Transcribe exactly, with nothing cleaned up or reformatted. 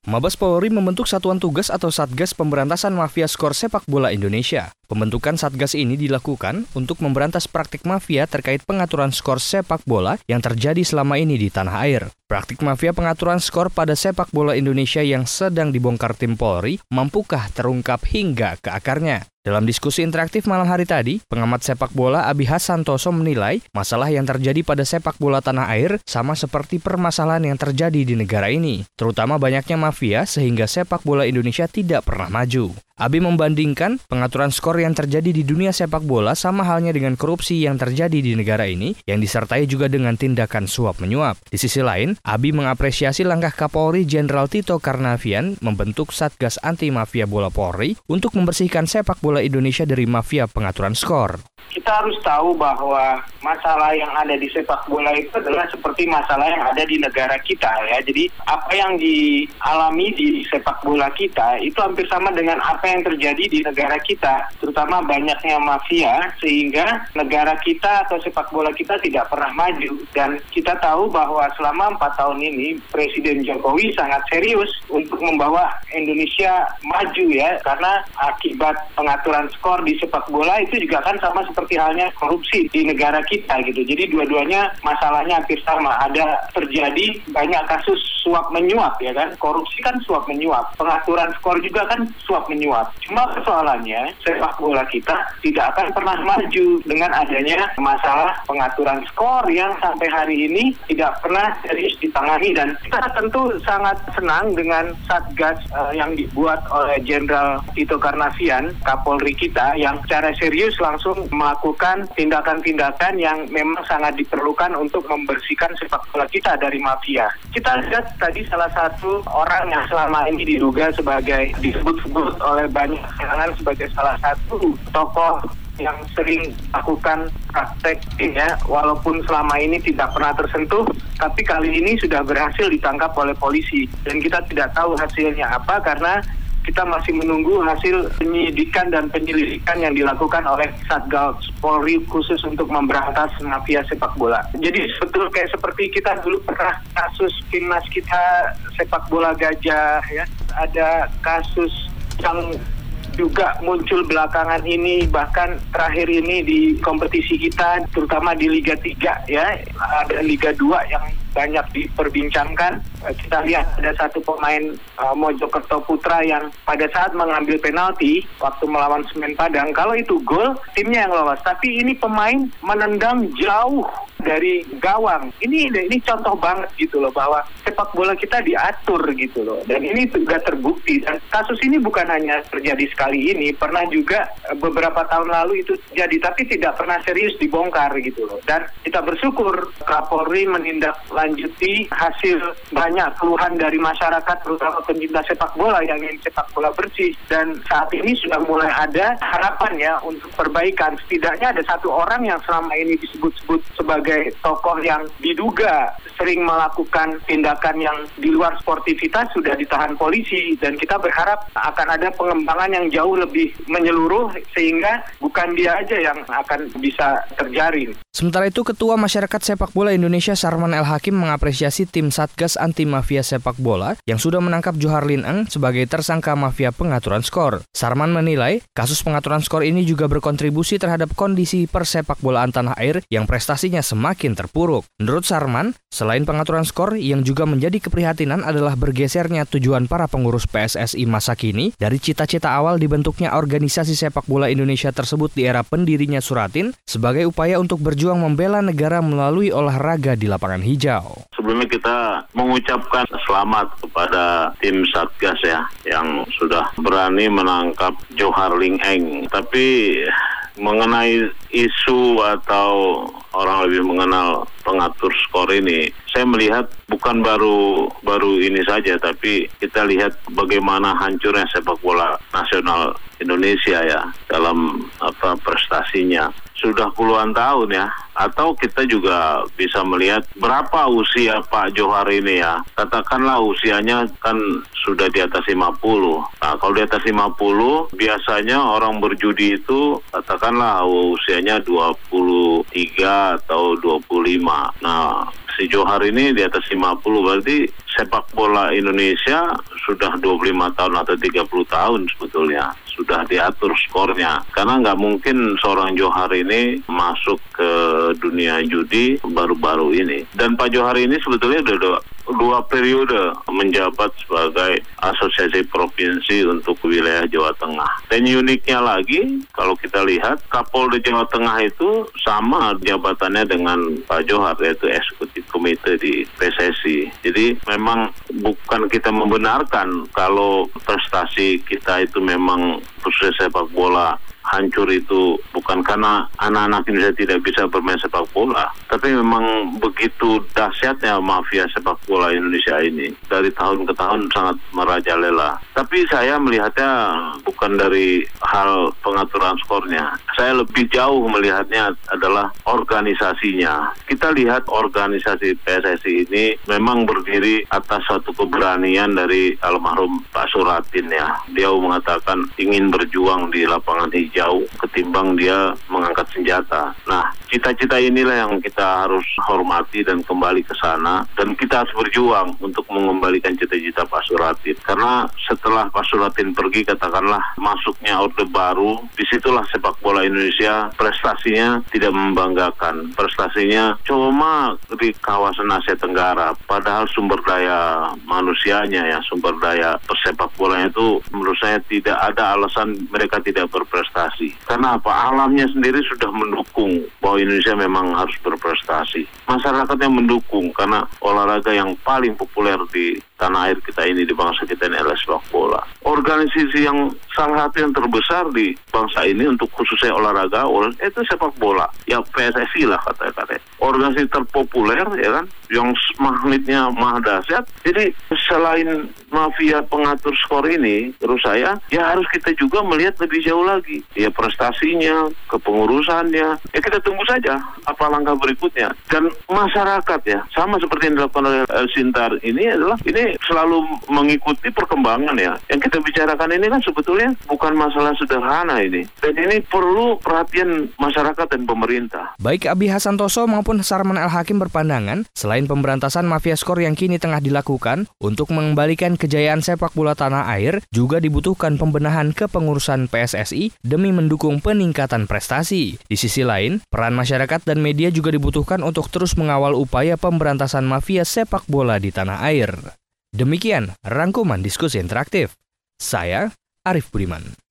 Mabes Polri membentuk Satuan Tugas atau Satgas Pemberantasan Mafia Skor Sepak Bola Indonesia. Pembentukan Satgas ini dilakukan untuk memberantas praktik mafia terkait pengaturan skor sepak bola yang terjadi selama ini di tanah air. Praktik mafia pengaturan skor pada sepak bola Indonesia yang sedang dibongkar tim Polri, mampukah terungkap hingga ke akarnya? Dalam diskusi interaktif malam hari tadi, pengamat sepak bola Abi Hasantoso menilai masalah yang terjadi pada sepak bola tanah air sama seperti permasalahan yang terjadi di negara ini, terutama banyaknya mafia sehingga sepak bola Indonesia tidak pernah maju. Abi membandingkan pengaturan skor yang terjadi di dunia sepak bola sama halnya dengan korupsi yang terjadi di negara ini yang disertai juga dengan tindakan suap menyuap. Di sisi lain, Abi mengapresiasi langkah Kapolri Jenderal Tito Karnavian membentuk Satgas Anti Mafia Bola Polri untuk membersihkan sepak bola Indonesia dari mafia pengaturan skor. Kita harus tahu bahwa masalah yang ada di sepak bola itu adalah seperti masalah yang ada di negara kita ya. Jadi apa yang dialami di sepak bola kita itu hampir sama dengan apa yang terjadi di negara kita, terutama banyaknya mafia sehingga negara kita atau sepak bola kita tidak pernah maju. Dan kita tahu bahwa selama empat tahun ini Presiden Jokowi sangat serius untuk membawa Indonesia maju ya, karena akibat pengaturan skor di sepak bola itu juga kan sama seperti halnya korupsi di negara kita gitu. Jadi dua-duanya masalahnya hampir sama. Ada terjadi banyak kasus suap menyuap ya kan. Korupsi kan suap menyuap. Pengaturan skor juga kan suap menyuap. Cuma persoalannya sepak bola kita tidak akan pernah maju dengan adanya masalah pengaturan skor yang sampai hari ini tidak pernah serius ditangani. Dan kita tentu sangat senang dengan Satgas uh, yang dibuat oleh Jenderal Tito Karnavian, Kapolri kita, yang secara serius langsung melakukan tindakan-tindakan yang memang sangat diperlukan untuk membersihkan sepak bola kita dari mafia. Kita lihat tadi salah satu orang yang selama ini diduga sebagai disebut-sebut oleh banyak kalangan sebagai salah satu tokoh yang sering melakukan praktek ya, walaupun selama ini tidak pernah tersentuh, tapi kali ini sudah berhasil ditangkap oleh polisi. Dan kita tidak tahu hasilnya apa karena kita masih menunggu hasil penyidikan dan penyelidikan yang dilakukan oleh Satgas Polri khusus untuk memberantas mafia sepak bola. Jadi betul kayak seperti kita dulu pernah kasus timnas kita sepak bola gajah ya, ada kasus yang juga muncul belakangan ini, bahkan terakhir ini di kompetisi kita, terutama di Liga tiga ya, ada Liga dua yang banyak diperbincangkan. Kita lihat ada satu pemain uh, Mojokerto Putra yang pada saat mengambil penalti waktu melawan Semen Padang, kalau itu gol, timnya yang lolos. Tapi ini pemain menendang jauh dari gawang. Ini ini contoh banget gitu loh, bahwa sepak bola kita diatur gitu loh. Dan ini juga terbukti. Dan kasus ini bukan hanya terjadi sekali ini, pernah juga beberapa tahun lalu itu terjadi, tapi tidak pernah serius dibongkar gitu loh. Dan kita bersyukur Kapolri menindaklanjuti hasil banyak keluhan dari masyarakat, terutama pencinta sepak bola yang ingin sepak bola bersih. Dan saat ini sudah mulai ada harapan ya untuk perbaikan. Setidaknya ada satu orang yang selama ini disebut-sebut sebagai tokoh yang diduga sering melakukan tindakan yang di luar sportivitas sudah ditahan polisi, dan kita berharap akan ada pengembangan yang jauh lebih menyeluruh sehingga bukan dia aja yang akan bisa terjaring. Sementara itu, Ketua Masyarakat Sepak Bola Indonesia Sarman El Hakim mengapresiasi tim Satgas Anti Mafia Sepak Bola yang sudah menangkap Johar Lin Eng sebagai tersangka mafia pengaturan skor. Sarman menilai kasus pengaturan skor ini juga berkontribusi terhadap kondisi persepak bolaan tanah air yang prestasinya semakin terpuruk. Menurut Sarman, selain pengaturan skor, yang juga menjadi keprihatinan adalah bergesernya tujuan para pengurus P S S I masa kini dari cita-cita awal dibentuknya organisasi sepak bola Indonesia tersebut di era pendirinya Suratin sebagai upaya untuk berjuang membela negara melalui olahraga di lapangan hijau. Sebelumnya kita mengucapkan selamat kepada tim Satgas ya, yang sudah berani menangkap Johar Lin Eng. Tapi mengenai isu atau orang lebih mengenal pengatur skor ini, saya melihat bukan baru baru ini saja, tapi kita lihat bagaimana hancurnya sepak bola nasional Indonesia ya dalam apa prestasinya. Sudah puluhan tahun ya. Atau kita juga bisa melihat berapa usia Pak Johar ini ya. Katakanlah usianya kan sudah di atas lima puluh. Nah, kalau di atas lima puluh, biasanya orang berjudi itu katakanlah usianya dua puluh tiga atau dua puluh lima. Nah, si Johar ini di atas lima puluh, berarti sepak bola Indonesia sudah dua puluh lima tahun atau tiga puluh tahun sebetulnya sudah diatur skornya. Karena nggak mungkin seorang Johar ini masuk ke dunia judi baru-baru ini. Dan Pak Johar ini sebetulnya udah dua, dua periode menjabat sebagai asosiasi provinsi untuk wilayah Jawa Tengah. Dan uniknya lagi, kalau kita lihat, Kapolda Jawa Tengah itu sama jabatannya dengan Pak Johar, yaitu eksekutif komite di P S S I. Jadi memang bukan kita membenarkan kalau prestasi kita itu memang khusus sepak bola hancur itu bukan karena anak-anak Indonesia tidak bisa bermain sepak bola, tapi memang begitu dahsyatnya mafia sepak bola Indonesia ini dari tahun ke tahun sangat merajalela. Tapi saya melihatnya bukan dari hal pengaturan skornya. Saya lebih jauh melihatnya adalah organisasinya. Kita lihat organisasi P S S I ini memang berdiri atas satu keberanian dari almarhum Pak Suratin ya. Dia mengatakan ingin berjuang di lapangan hijau jauh ketimbang dia mengangkat senjata. Nah, cita-cita inilah yang kita harus hormati dan kembali ke sana, dan kita harus berjuang untuk mengembalikan cita-cita Pak Suratin. Karena setelah Pak Suratin pergi, katakanlah masuknya Orde Baru, disitulah sepak bola Indonesia prestasinya tidak membanggakan. Prestasinya cuma di kawasan Asia Tenggara, padahal sumber daya manusianya ya, sumber daya persepak bolanya itu menurut saya tidak ada alasan mereka tidak berprestasi. Karena apa? Alamnya sendiri sudah mendukung bahwa Indonesia memang harus berprestasi. Masyarakatnya mendukung karena olahraga yang paling populer di tanah air kita ini, di bangsa kita ini adalah sepak bola. Organisasi yang salah satu yang terbesar di bangsa ini untuk khususnya olahraga itu sepak bola. Ya P S S I lah kata-kata. Organisasi terpopuler ya kan, yang magnetnya maha dahsyat. Jadi selain mafia pengatur skor ini, terus saya ya harus kita juga melihat lebih jauh lagi. Ya prestasinya, kepengurusannya. Ya kita tunggu saja apa langkah berikutnya. Dan masyarakat ya, sama seperti yang dilakukan oleh El Sintar ini adalah ini selalu mengikuti perkembangan ya. Yang kita bicarakan ini kan sebetulnya bukan masalah sederhana ini. Dan ini perlu perhatian masyarakat dan pemerintah. Baik Abi Hasantoso maupun Sarman El Hakim berpandangan, selain pemberantasan mafia skor yang kini tengah dilakukan untuk mengembalikan kejayaan sepak bola tanah air, juga dibutuhkan pembenahan kepengurusan P S S I demi mendukung peningkatan prestasi. Di sisi lain, peran masyarakat dan media juga dibutuhkan untuk terus mengawal upaya pemberantasan mafia sepak bola di tanah air. Demikian rangkuman diskusi interaktif. Saya Arif Budiman.